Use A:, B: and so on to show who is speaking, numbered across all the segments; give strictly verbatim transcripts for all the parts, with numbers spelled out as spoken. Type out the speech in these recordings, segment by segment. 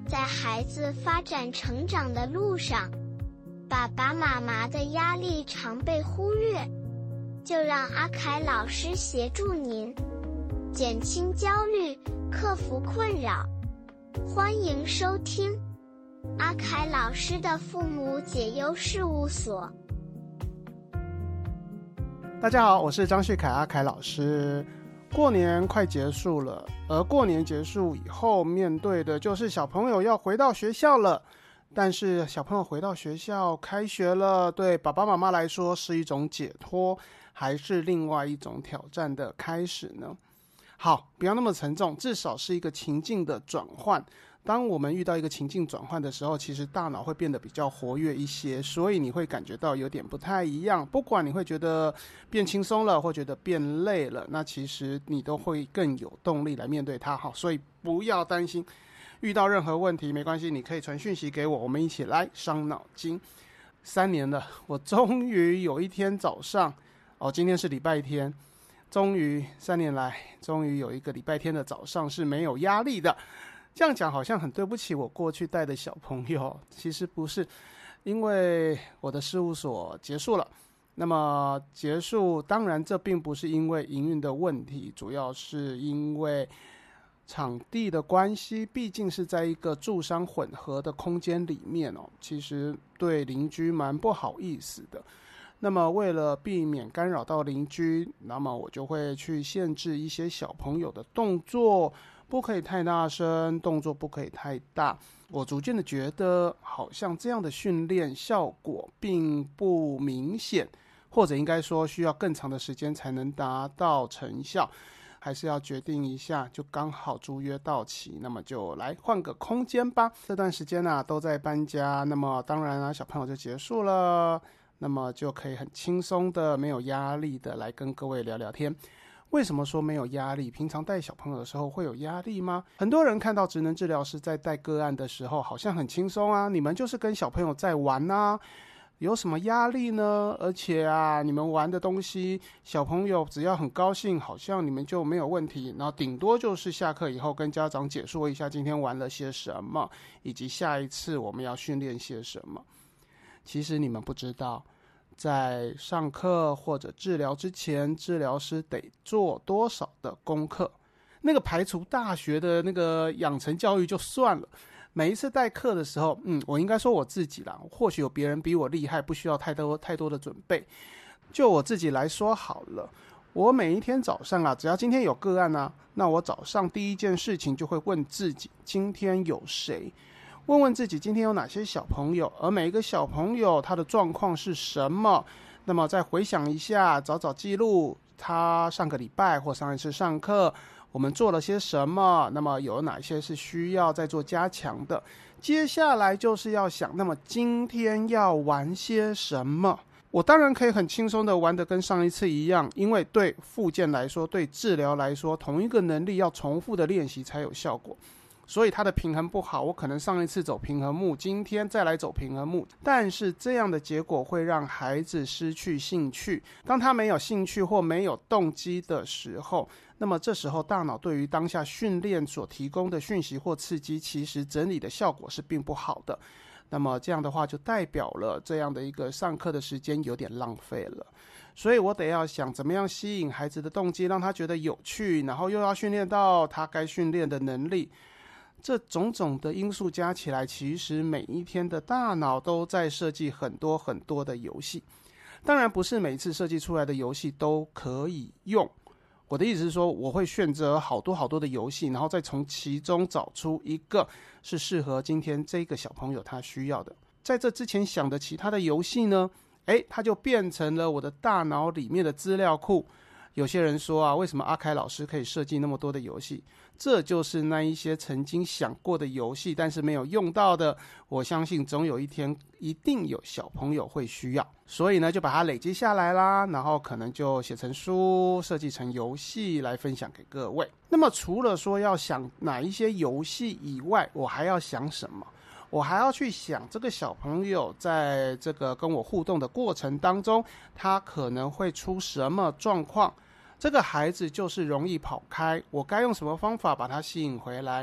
A: 在孩子发展成长的路上，爸爸妈妈的压力常被忽略，就让阿凯老师协助您减轻焦虑，克服困扰。欢迎收听阿凯老师的父母解忧事务所。
B: 大家好，我是张旭凯阿凯老师。过年快结束了，而过年结束以后，面对的就是小朋友要回到学校了。但是小朋友回到学校开学了，对爸爸妈妈来说是一种解脱，还是另外一种挑战的开始呢？好，不要那么沉重，至少是一个情境的转换。当我们遇到一个情境转换的时候，其实大脑会变得比较活跃一些，所以你会感觉到有点不太一样。不管你会觉得变轻松了，或觉得变累了，那其实你都会更有动力来面对它。好，所以不要担心，遇到任何问题没关系，你可以传讯息给我，我们一起来伤脑筋。三年了，我终于有一天早上，哦，今天是礼拜天，终于三年来，终于有一个礼拜天的早上是没有压力的。这样讲好像很对不起我过去带的小朋友，其实不是，因为我的事务所结束了。那么结束，当然这并不是因为营运的问题，主要是因为场地的关系，毕竟是在一个住商混合的空间里面哦，其实对邻居蛮不好意思的。那么为了避免干扰到邻居，那么我就会去限制一些小朋友的动作，不可以太大声，动作不可以太大。我逐渐的觉得好像这样的训练效果并不明显，或者应该说需要更长的时间才能达到成效，还是要决定一下，就刚好租约到期，那么就来换个空间吧。这段时间啊都在搬家，那么当然啊小朋友就结束了，那么就可以很轻松的没有压力的来跟各位聊聊天。为什么说没有压力？平常带小朋友的时候会有压力吗？很多人看到职能治疗师在带个案的时候好像很轻松啊，你们就是跟小朋友在玩啊，有什么压力呢？而且啊，你们玩的东西小朋友只要很高兴，好像你们就没有问题，然后顶多就是下课以后跟家长解说一下今天玩了些什么，以及下一次我们要训练些什么。其实你们不知道，在上课或者治疗之前，治疗师得做多少的功课。那个排除大学的那个养成教育就算了，每一次代课的时候，嗯，我应该说我自己啦，或许有别人比我厉害，不需要太多太多的准备。就我自己来说好了，我每一天早上啊，只要今天有个案啊，那我早上第一件事情就会问自己，今天有谁？问问自己今天有哪些小朋友，而每一个小朋友他的状况是什么，那么再回想一下，找找记录，他上个礼拜或上一次上课我们做了些什么，那么有哪些是需要再做加强的。接下来就是要想，那么今天要玩些什么。我当然可以很轻松的玩得跟上一次一样，因为对复健来说，对治疗来说，同一个能力要重复的练习才有效果。所以它的平衡不好，我可能上一次走平衡木，今天再来走平衡木，但是这样的结果会让孩子失去兴趣。当他没有兴趣或没有动机的时候，那么这时候大脑对于当下训练所提供的讯息或刺激，其实整理的效果是并不好的。那么这样的话就代表了这样的一个上课的时间有点浪费了。所以我得要想怎么样吸引孩子的动机，让他觉得有趣，然后又要训练到他该训练的能力。这种种的因素加起来，其实每一天的大脑都在设计很多很多的游戏。当然不是每一次设计出来的游戏都可以用，我的意思是说，我会选择好多好多的游戏，然后再从其中找出一个是适合今天这个小朋友他需要的。在这之前想的其他的游戏呢，诶，它就变成了我的大脑里面的资料库。有些人说啊，为什么阿凯老师可以设计那么多的游戏？这就是那一些曾经想过的游戏，但是没有用到的，我相信总有一天一定有小朋友会需要，所以呢就把它累积下来啦，然后可能就写成书，设计成游戏来分享给各位。那么除了说要想哪一些游戏以外，我还要想什么？我还要去想这个小朋友在这个跟我互动的过程当中，他可能会出什么状况。这个孩子就是容易跑开，我该用什么方法把他吸引回来？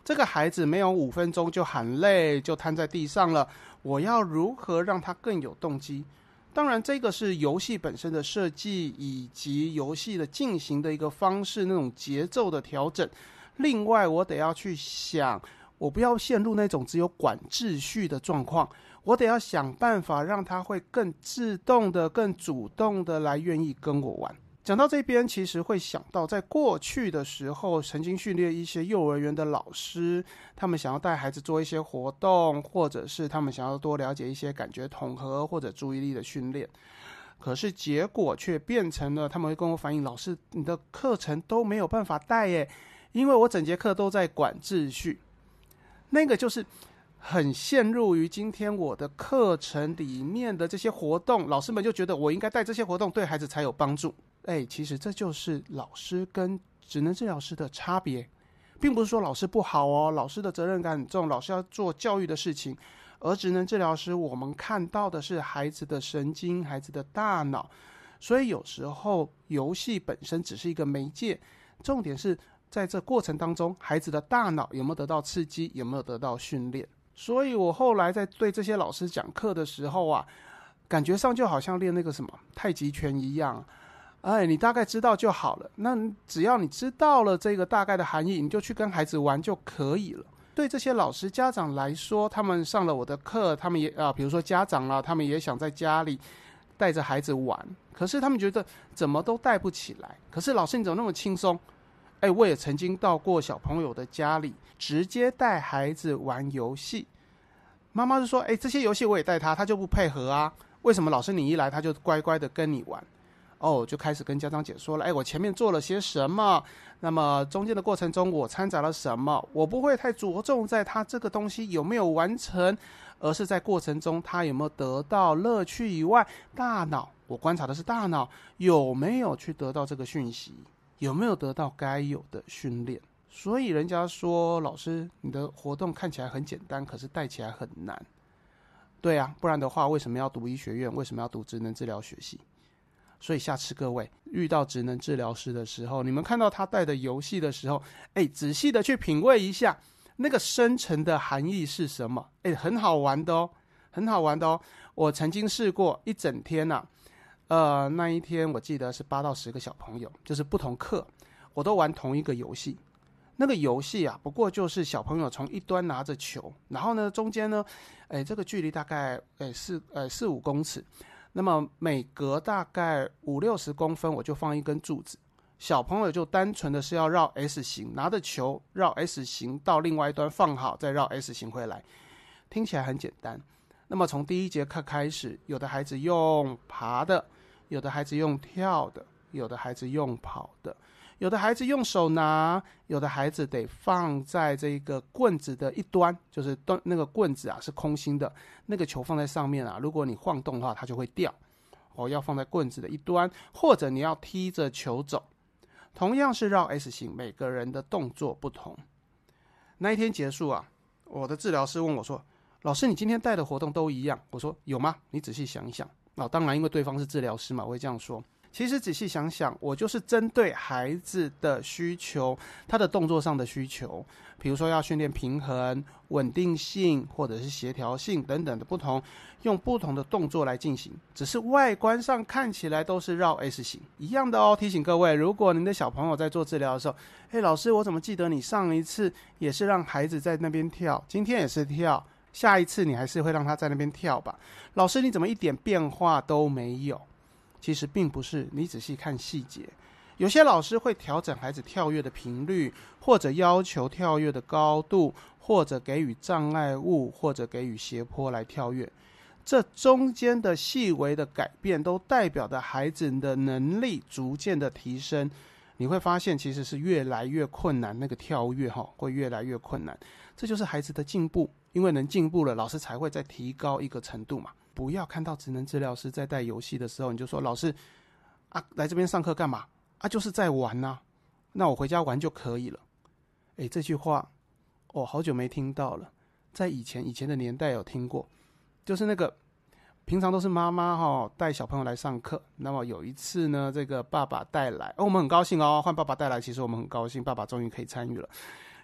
B: 这个孩子没有五分钟就喊累，就瘫在地上了，我要如何让他更有动机？当然这个是游戏本身的设计，以及游戏的进行的一个方式，那种节奏的调整。另外我得要去想，我不要陷入那种只有管秩序的状况，我得要想办法让他会更自动的更主动的来愿意跟我玩。讲到这边，其实会想到在过去的时候曾经训练一些幼儿园的老师，他们想要带孩子做一些活动，或者是他们想要多了解一些感觉统合或者注意力的训练，可是结果却变成了他们会跟我反映，老师你的课程都没有办法带耶，因为我整节课都在管秩序。那个就是很陷入于今天我的课程里面的这些活动，老师们就觉得我应该带这些活动对孩子才有帮助。哎，其实这就是老师跟职能治疗师的差别，并不是说老师不好哦，老师的责任感很重，老师要做教育的事情，而职能治疗师我们看到的是孩子的神经，孩子的大脑，所以有时候游戏本身只是一个媒介，重点是在这过程当中孩子的大脑有没有得到刺激，有没有得到训练。所以我后来在对这些老师讲课的时候啊，感觉上就好像练那个什么太极拳一样，哎，你大概知道就好了，那只要你知道了这个大概的含义，你就去跟孩子玩就可以了。对这些老师家长来说，他们上了我的课，他们也啊，比如说家长啊，他们也想在家里带着孩子玩，可是他们觉得怎么都带不起来。可是老师你怎么那么轻松？哎，我也曾经到过小朋友的家里，直接带孩子玩游戏。妈妈就说：“哎，这些游戏我也带他，他就不配合啊？为什么老师你一来他就乖乖的跟你玩？”哦，就开始跟家长解说了，哎，我前面做了些什么，那么中间的过程中我掺杂了什么，我不会太着重在他这个东西有没有完成，而是在过程中他有没有得到乐趣以外，大脑，我观察的是大脑有没有去得到这个讯息，有没有得到该有的训练。所以人家说，老师你的活动看起来很简单，可是带起来很难。对啊，不然的话为什么要读医学院，为什么要读职能治疗学系？所以下次各位遇到职能治疗师的时候，你们看到他带的游戏的时候，哎，仔细的去品味一下那个深层的含义是什么。哎，很好玩的哦，很好玩的哦。我曾经试过一整天啊，呃，那一天我记得是八到十个小朋友，就是不同课，我都玩同一个游戏。那个游戏啊，不过就是小朋友从一端拿着球，然后呢，中间呢，哎，这个距离大概哎四呃四五公尺。那么每隔大概五六十公分，我就放一根柱子，小朋友就单纯的是要绕 S 型，拿着球绕 S 型到另外一端放好，再绕 S 型回来。听起来很简单。那么从第一节课开始，有的孩子用爬的，有的孩子用跳的，有的孩子用跑的，有的孩子用手拿，有的孩子得放在这个棍子的一端，就是那个棍子啊是空心的，那个球放在上面啊，如果你晃动的话它就会掉哦，要放在棍子的一端，或者你要踢着球走。同样是绕 S 型，每个人的动作不同。那一天结束啊，我的治疗师问我说，老师你今天带的活动都一样？我说有吗？你仔细想一想。哦，当然因为对方是治疗师嘛，我会这样说。其实仔细想想，我就是针对孩子的需求，他的动作上的需求，比如说要训练平衡、稳定性或者是协调性等等的不同，用不同的动作来进行，只是外观上看起来都是绕 S 型一样的哦。提醒各位，如果您的小朋友在做治疗的时候，嘿，老师我怎么记得你上一次也是让孩子在那边跳，今天也是跳，下一次你还是会让他在那边跳吧？老师你怎么一点变化都没有？其实并不是，你仔细看细节，有些老师会调整孩子跳跃的频率，或者要求跳跃的高度，或者给予障碍物，或者给予斜坡来跳跃。这中间的细微的改变都代表着孩子的能力逐渐的提升。你会发现其实是越来越困难，那个跳跃会越来越困难，这就是孩子的进步，因为能进步了，老师才会再提高一个程度嘛。不要看到职能治疗师在带游戏的时候，你就说老师啊，来这边上课干嘛啊？就是在玩啊，那我回家玩就可以了。哎，这句话我、哦、好久没听到了，在以前以前的年代有听过，就是那个平常都是妈妈哈带小朋友来上课，那么有一次呢，这个爸爸带来，哦，我们很高兴哦，换爸爸带来，其实我们很高兴，爸爸终于可以参与了。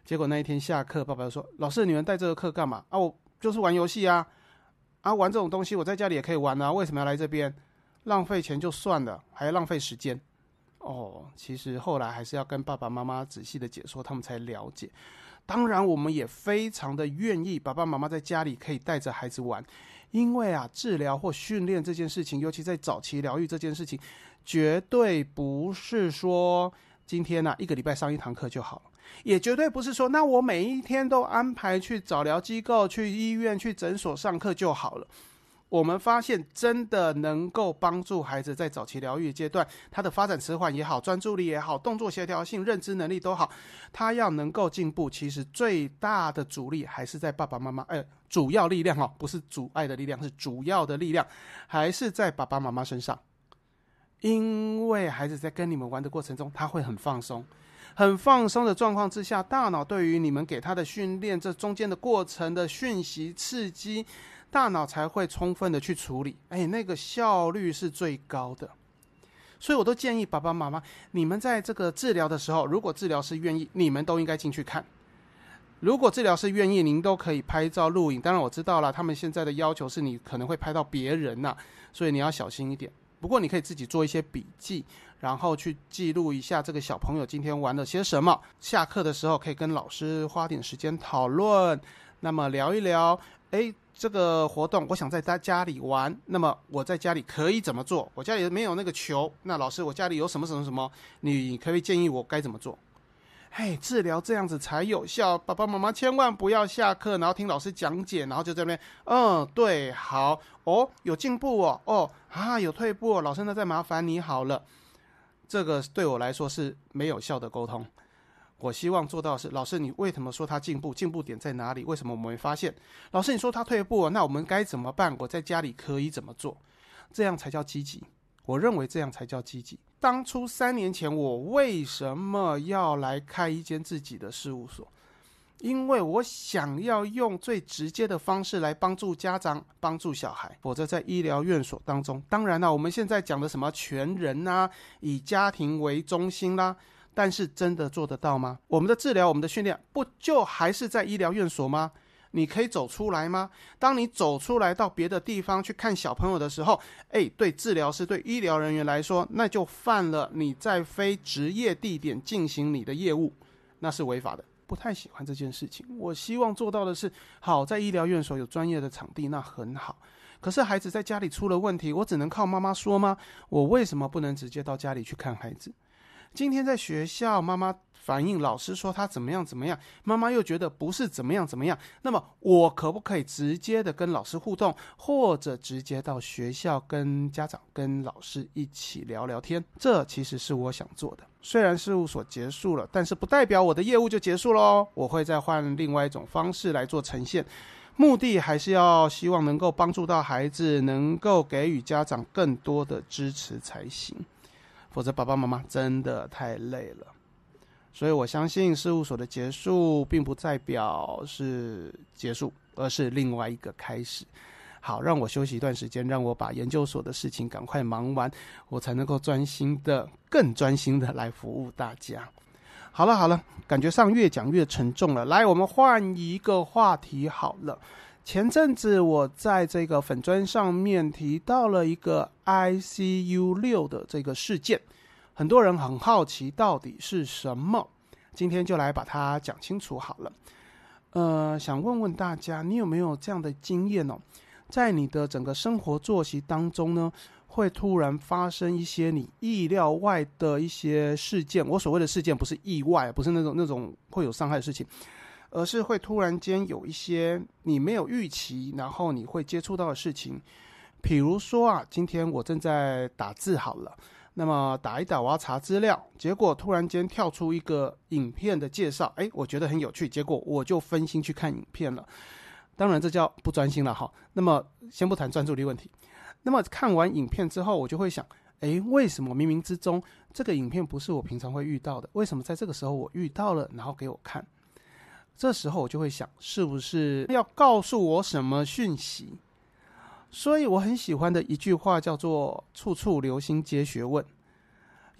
B: 结果那一天下课，爸爸就说：“老师，你们带这个课干嘛？啊，我就是玩游戏啊，啊，玩这种东西我在家里也可以玩啊，为什么要来这边？浪费钱就算了，还要浪费时间。”哦，其实后来还是要跟爸爸妈妈仔细的解说，他们才了解。当然，我们也非常的愿意爸爸妈妈在家里可以带着孩子玩，因为啊，治疗或训练这件事情，尤其在早期疗愈这件事情，绝对不是说今天啊一个礼拜上一堂课就好了，也绝对不是说那我每一天都安排去早疗机构、去医院、去诊所上课就好了。我们发现真的能够帮助孩子在早期疗愈阶段，他的发展迟缓也好，专注力也好，动作协调性、认知能力都好，他要能够进步，其实最大的阻力还是在爸爸妈妈，哎，主要力量哦，不是阻碍的力量，是主要的力量还是在爸爸妈妈身上。因为孩子在跟你们玩的过程中，他会很放松，很放松的状况之下，大脑对于你们给他的训练，这中间的过程的讯息刺激，大脑才会充分的去处理，哎，那个效率是最高的。所以我都建议爸爸妈妈，你们在这个治疗的时候，如果治疗师愿意，你们都应该进去看。如果治疗师愿意，您都可以拍照录影。当然我知道了，他们现在的要求是你可能会拍到别人啊，所以你要小心一点。不过你可以自己做一些笔记，然后去记录一下这个小朋友今天玩了些什么。下课的时候可以跟老师花点时间讨论，那么聊一聊，哎，这个活动我想在家里玩，那么我在家里可以怎么做？我家里没有那个球，那老师我家里有什么什么什么，你可以建议我该怎么做？嘿，治疗这样子才有效。爸爸妈妈千万不要下课然后听老师讲解，然后就在那边嗯对好哦，有进步哦，哦啊有退步哦，老师那再麻烦你好了。这个对我来说是没有效的沟通。我希望做到的是，老师你为什么说他进步？进步点在哪里？为什么我们没发现？老师你说他退步了，那我们该怎么办？我在家里可以怎么做？这样才叫积极。我认为这样才叫积极。当初三年前我为什么要来开一间自己的事务所？因为我想要用最直接的方式来帮助家长，帮助小孩。否则在医疗院所当中，当然了，我们现在讲的什么全人啊，以家庭为中心啦，但是真的做得到吗？我们的治疗，我们的训练，不就还是在医疗院所吗？你可以走出来吗？当你走出来到别的地方去看小朋友的时候，哎，对治疗师、对医疗人员来说，那就犯了你在非职业地点进行你的业务，那是违法的。不太喜欢这件事情。我希望做到的是，好，在医疗院所有专业的场地，那很好。可是孩子在家里出了问题，我只能靠妈妈说吗？我为什么不能直接到家里去看孩子？今天在学校，妈妈反映老师说他怎么样怎么样，妈妈又觉得不是怎么样怎么样，那么我可不可以直接的跟老师互动，或者直接到学校跟家长跟老师一起聊聊天？这其实是我想做的。虽然事务所结束了，但是不代表我的业务就结束了哦，我会再换另外一种方式来做呈现，目的还是要希望能够帮助到孩子，能够给予家长更多的支持才行，否则爸爸妈妈真的太累了。所以我相信事务所的结束并不代表是结束，而是另外一个开始。好，让我休息一段时间，让我把研究所的事情赶快忙完，我才能够专心的更专心的来服务大家。好了好了，感觉上越讲越沉重了，来我们换一个话题好了。前阵子我在这个粉专上面提到了一个 I C U 六 的这个事件，很多人很好奇到底是什么，今天就来把它讲清楚好了。呃，想问问大家，你有没有这样的经验哦？在你的整个生活作息当中呢，会突然发生一些你意料外的一些事件。我所谓的事件不是意外，不是那种那种会有伤害的事情，而是会突然间有一些你没有预期，然后你会接触到的事情。比如说啊，今天我正在打字好了，那么打一打我要查资料，结果突然间跳出一个影片的介绍，哎，我觉得很有趣，结果我就分心去看影片了。当然这叫不专心了哈。那么先不谈专注力问题，那么看完影片之后，我就会想，诶，为什么冥冥之中这个影片不是我平常会遇到的？为什么在这个时候我遇到了，然后给我看？这时候我就会想，是不是要告诉我什么讯息？所以我很喜欢的一句话叫做处处留心皆学问。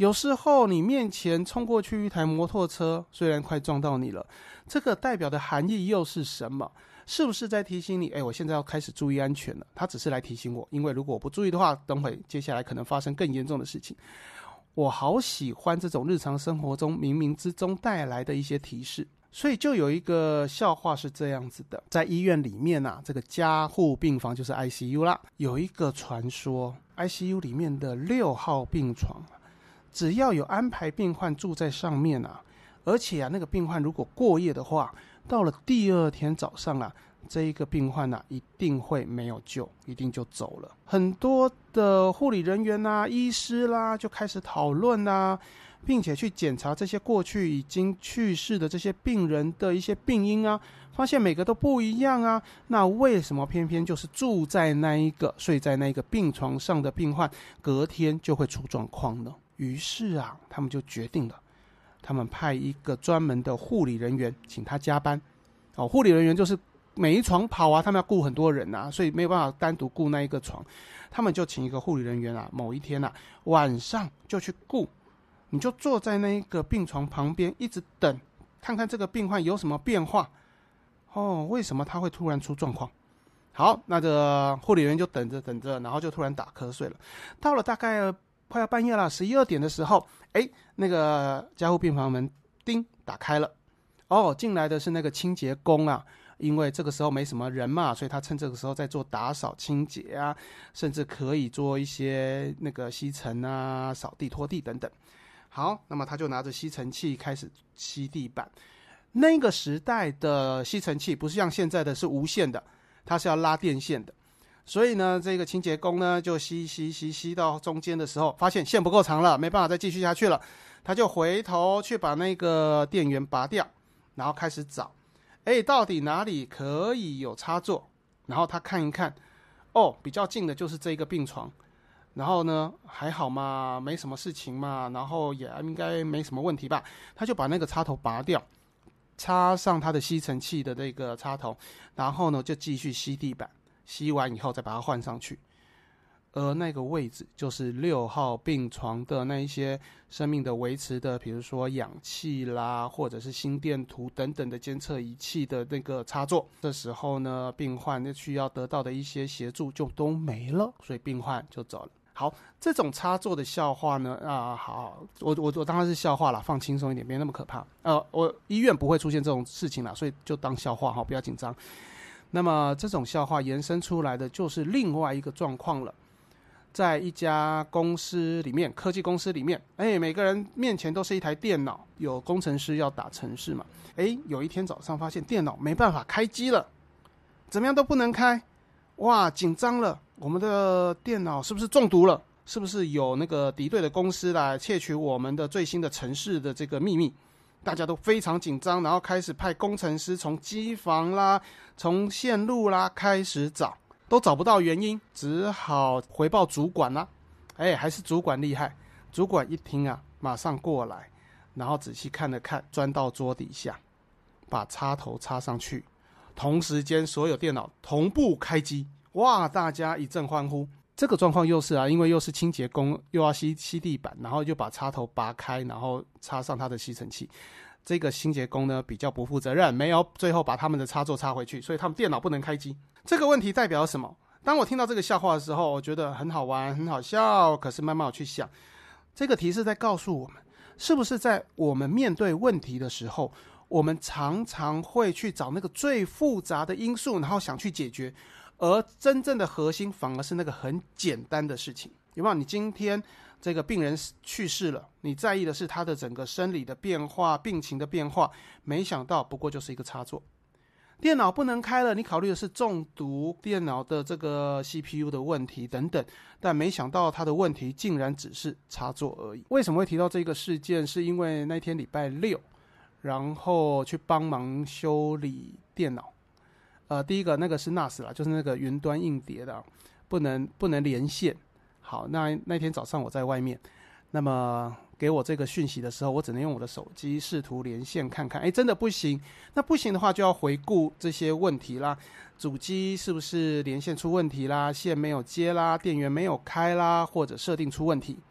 B: 有时候你面前冲过去一台摩托车，虽然快撞到你了，这个代表的含义又是什么？是不是在提醒你，哎，我现在要开始注意安全了？它只是来提醒我，因为如果我不注意的话，等会接下来可能发生更严重的事情。我好喜欢这种日常生活中冥冥之中带来的一些提示。所以就有一个笑话是这样子的，在医院里面啊，这个加护病房就是 I C U 啦，有一个传说 I C U 里面的六号病床，只要有安排病患住在上面啊，而且啊那个病患如果过夜的话，到了第二天早上啊，这一个病患啊一定会没有救，一定就走了。很多的护理人员啊、医师啦就开始讨论啊，并且去检查这些过去已经去世的这些病人的一些病因啊，发现每个都不一样啊。那为什么偏偏就是住在那一个睡在那个病床上的病患隔天就会出状况呢？于是啊，他们就决定了，他们派一个专门的护理人员，请他加班。哦，护理人员就是每一床跑啊，他们要顾很多人啊，所以没有办法单独顾那一个床，他们就请一个护理人员啊，某一天啊晚上就去顾。你就坐在那个病床旁边，一直等，看看这个病患有什么变化。哦，为什么他会突然出状况？好，那个护理员就等着等着，然后就突然打瞌睡了。到了大概快要半夜了，十一二点的时候，哎，那个加护病房门叮打开了。哦，进来的是那个清洁工啊。因为这个时候没什么人嘛，所以他趁这个时候在做打扫清洁啊，甚至可以做一些那个吸尘啊、扫地拖地等等。好，那么他就拿着吸尘器开始吸地板。那个时代的吸尘器不是像现在的是无线的，它是要拉电线的。所以呢，这个清洁工呢就吸吸吸吸到中间的时候，发现线不够长了，没办法再继续下去了，他就回头去把那个电源拔掉，然后开始找，哎，到底哪里可以有插座？然后他看一看，哦，比较近的就是这个病床。然后呢，还好嘛，没什么事情嘛，然后也应该没什么问题吧。他就把那个插头拔掉，插上他的吸尘器的那个插头，然后呢就继续吸地板，吸完以后再把它换上去。而那个位置就是六号病床的那一些生命的维持的，比如说氧气啦，或者是心电图等等的监测仪器的那个插座。这时候呢，病患需要得到的一些协助就都没了，所以病患就走了。好，这种插座的笑话呢，啊，好，我我我当然是笑话啦，放轻松一点，别那么可怕。呃，我医院不会出现这种事情啦，所以就当笑话哈，不要紧张。那么这种笑话延伸出来的就是另外一个状况了。在一家公司里面，科技公司里面，哎，每个人面前都是一台电脑，有工程师要打程式嘛。哎，有一天早上发现电脑没办法开机了，怎么样都不能开，哇，紧张了，我们的电脑是不是中毒了？是不是有那个敌对的公司来窃取我们的最新的程式的这个秘密？大家都非常紧张，然后开始派工程师从机房啦，从线路啦开始找。都找不到原因，只好回报主管啦。哎，还是主管厉害。主管一听啊，马上过来，然后仔细看了看，钻到桌底下，把插头插上去，同时间所有电脑同步开机。哇，大家一阵欢呼。这个状况又是啊，因为又是清洁工，又要吸吸地板，然后就把插头拔开，然后插上他的吸尘器。这个清洁工呢比较不负责任，没有最后把他们的插座插回去，所以他们电脑不能开机。这个问题代表什么？当我听到这个笑话的时候，我觉得很好玩很好笑，可是慢慢我去想，这个提示在告诉我们，是不是在我们面对问题的时候，我们常常会去找那个最复杂的因素，然后想去解决，而真正的核心反而是那个很简单的事情。有没有？你今天这个病人去世了，你在意的是他的整个生理的变化、病情的变化，没想到不过就是一个插座。电脑不能开了，你考虑的是中毒、电脑的这个 C P U 的问题等等，但没想到它的问题竟然只是插座而已。为什么会提到这个事件？是因为那天礼拜六，然后去帮忙修理电脑。呃，第一个那个是 N A S 啦，就是那个云端硬碟的，不能不能连线。好，那那天早上我在外面，那么给我这个讯息的时候，我只能用我的手机试图连线看看，哎，真的不行。那不行的话，就要回顾这些问题啦，主机是不是连线出问题啦，线没有接啦，电源没有开啦，或者设定出问题。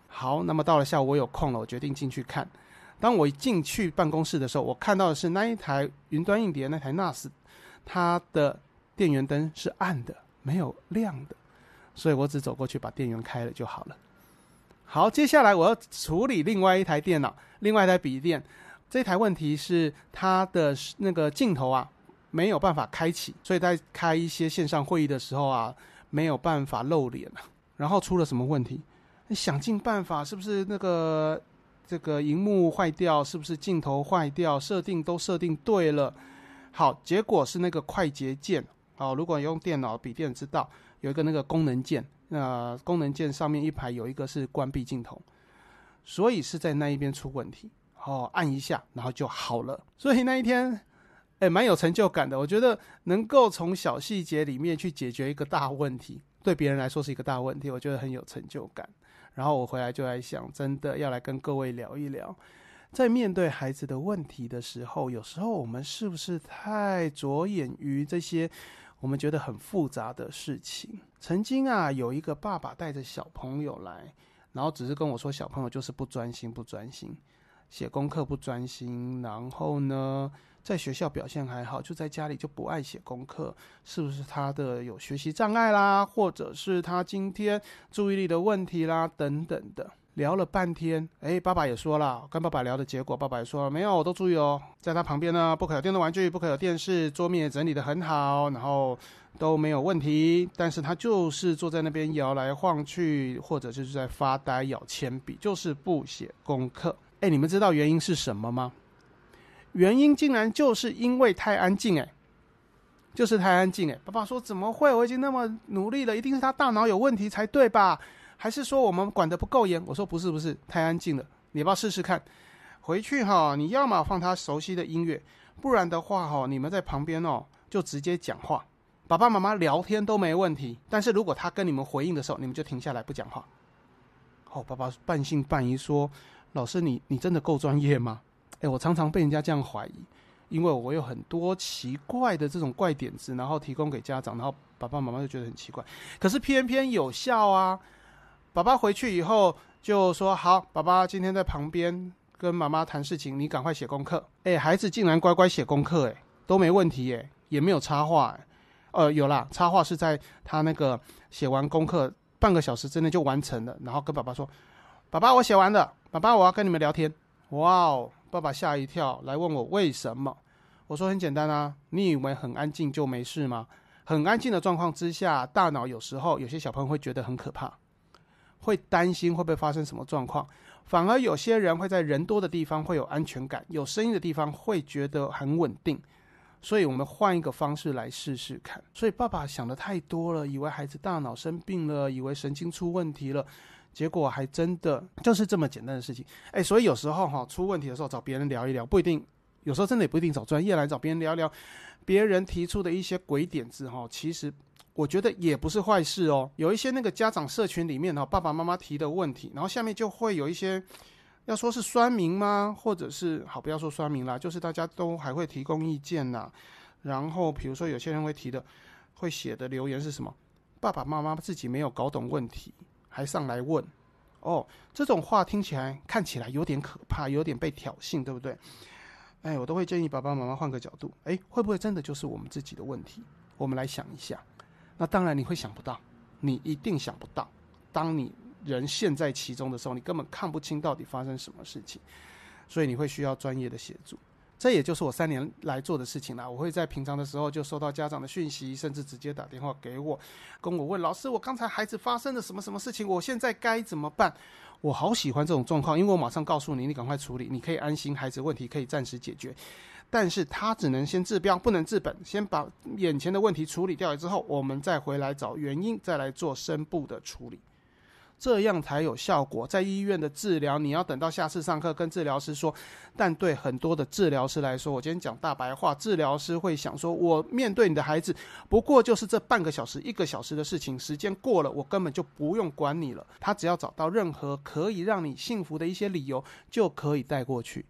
B: 好，那么到了下午我有空了，我决定进去看。当我一进去办公室的时候，我看到的是那一台云端硬碟，那台 N A S， 它的电源灯是暗的，没有亮的，所以我只走过去把电源开了就好了。好，接下来我要处理另外一台电脑，另外一台笔电。这台问题是它的那个镜头啊没有办法开启，所以在开一些线上会议的时候啊没有办法露脸。然后出了什么问题？想尽办法，是不是那个这个萤幕坏掉，是不是镜头坏掉，设定都设定对了。好，结果是那个快捷键。好，如果用电脑笔电知道有一个那个功能键，那功能键上面一排有一个是关闭镜头，所以是在那一边出问题。哦，按一下然后就好了。所以那一天哎，蛮有成就感的。我觉得能够从小细节里面去解决一个大问题，对别人来说是一个大问题，我觉得很有成就感。然后我回来就来想，真的要来跟各位聊一聊，在面对孩子的问题的时候，有时候我们是不是太着眼于这些我们觉得很复杂的事情。曾经啊，有一个爸爸带着小朋友来，然后只是跟我说小朋友就是不专心不专心，写功课不专心，然后呢在学校表现还好，就在家里就不爱写功课，是不是他的有学习障碍啦，或者是他今天注意力的问题啦等等的。聊了半天，哎，爸爸也说了，跟爸爸聊的结果，爸爸也说了，没有，我都注意哦，在他旁边呢，不可有电动玩具，不可有电视，桌面也整理得很好，然后都没有问题，但是他就是坐在那边摇来晃去，或者就是在发呆咬铅笔，就是不写功课。哎，你们知道原因是什么吗？原因竟然就是因为太安静。哎，就是太安静。哎，爸爸说怎么会，我已经那么努力了，一定是他大脑有问题才对吧？还是说我们管得不够严？我说不是不是，太安静了，你要不要试试看？回去哈，你要么放他熟悉的音乐，不然的话哈，你们在旁边哦就直接讲话，爸爸妈妈聊天都没问题，但是如果他跟你们回应的时候，你们就停下来不讲话。哦，爸爸半信半疑说，老师你你真的够专业吗？哎，我常常被人家这样怀疑，因为我有很多奇怪的这种怪点子，然后提供给家长，然后爸爸妈妈就觉得很奇怪，可是偏偏有效啊。爸爸回去以后就说，好，爸爸今天在旁边跟妈妈谈事情，你赶快写功课。哎，孩子竟然乖乖写功课，哎，都没问题，哎，也没有插话，哎，呃，有啦，插话是在他那个写完功课半个小时之内就完成了，然后跟爸爸说，爸爸我写完了，爸爸我要跟你们聊天。哇哦，爸爸吓一跳，来问我为什么。我说很简单啊，你以为很安静就没事吗？很安静的状况之下，大脑有时候有些小朋友会觉得很可怕，会担心会不会发生什么状况，反而有些人会在人多的地方会有安全感，有声音的地方会觉得很稳定。所以我们换一个方式来试试看。所以爸爸想的太多了，以为孩子大脑生病了，以为神经出问题了，结果还真的就是这么简单的事情。哎，所以有时候哈出问题的时候找别人聊一聊，不一定，有时候真的也不一定找专业来，找别人聊一聊，别人提出的一些鬼点子哈，其实我觉得也不是坏事哦。有一些那个家长社群里面哈，爸爸妈妈提的问题，然后下面就会有一些，要说是酸民吗？或者是好，不要说酸民啦，就是大家都还会提供意见啦。然后比如说有些人会提的，会写的留言是什么？爸爸妈妈自己没有搞懂问题，还上来问。哦，这种话听起来看起来有点可怕，有点被挑衅，对不对？哎，我都会建议爸爸妈妈换个角度，哎，会不会真的就是我们自己的问题？我们来想一下。那当然你会想不到，你一定想不到，当你人陷在其中的时候，你根本看不清到底发生什么事情，所以你会需要专业的协助。这也就是我三年来做的事情啦。我会在平常的时候就收到家长的讯息，甚至直接打电话给我，跟我问老师，我刚才孩子发生了什么什么事情，我现在该怎么办？我好喜欢这种状况，因为我马上告诉你，你赶快处理，你可以安心，孩子问题可以暂时解决。但是他只能先治标，不能治本，先把眼前的问题处理掉了之后，我们再回来找原因，再来做深部的处理，这样才有效果。在医院的治疗，你要等到下次上课跟治疗师说，但对很多的治疗师来说，我今天讲大白话，治疗师会想说，我面对你的孩子不过就是这半个小时一个小时的事情，时间过了我根本就不用管你了。他只要找到任何可以让你幸福的一些理由，就可以带过去。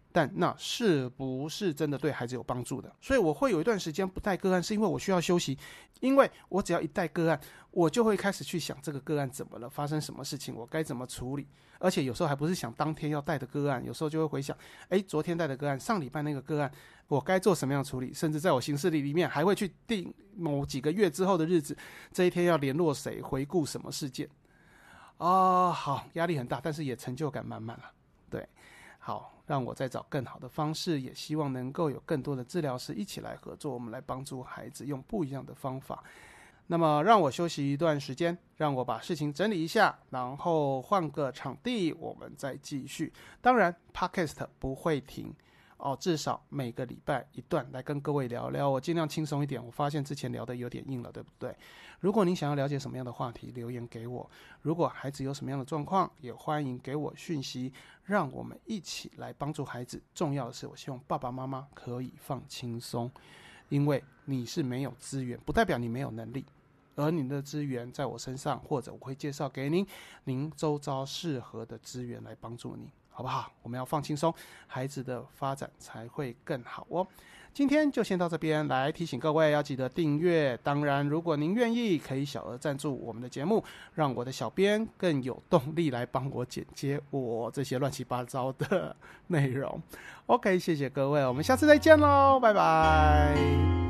B: 但那是不是真的对孩子有帮助的？所以我会有一段时间不带个案，是因为我需要休息，因为我只要一带个案，我就会开始去想这个个案怎么了，发生什么事情，我该怎么处理。而且有时候还不是想当天要带的个案，有时候就会回想，哎，昨天带的个案，上礼拜那个个案，我该做什么样的处理，甚至在我行事历里面还会去定某几个月之后的日子，这一天要联络谁，回顾什么事件。哦，好，压力很大，但是也成就感满满了。对，好，让我再找更好的方式，也希望能够有更多的治疗师一起来合作，我们来帮助孩子用不一样的方法。那么让我休息一段时间，让我把事情整理一下，然后换个场地，我们再继续。当然 Podcast 不会停哦，至少每个礼拜一段来跟各位聊聊，我尽量轻松一点。我发现之前聊的有点硬了，对不对？如果您想要了解什么样的话题，留言给我。如果孩子有什么样的状况，也欢迎给我讯息，让我们一起来帮助孩子。重要的是，我希望爸爸妈妈可以放轻松，因为你是没有资源，不代表你没有能力。而您的资源在我身上，或者我会介绍给您您周遭适合的资源来帮助您，好不好？我们要放轻松，孩子的发展才会更好哦。今天就先到这边，来提醒各位要记得订阅。当然，如果您愿意，可以小额赞助我们的节目，让我的小编更有动力来帮我剪接我这些乱七八糟的内容。OK， 谢谢各位，我们下次再见喽，拜拜。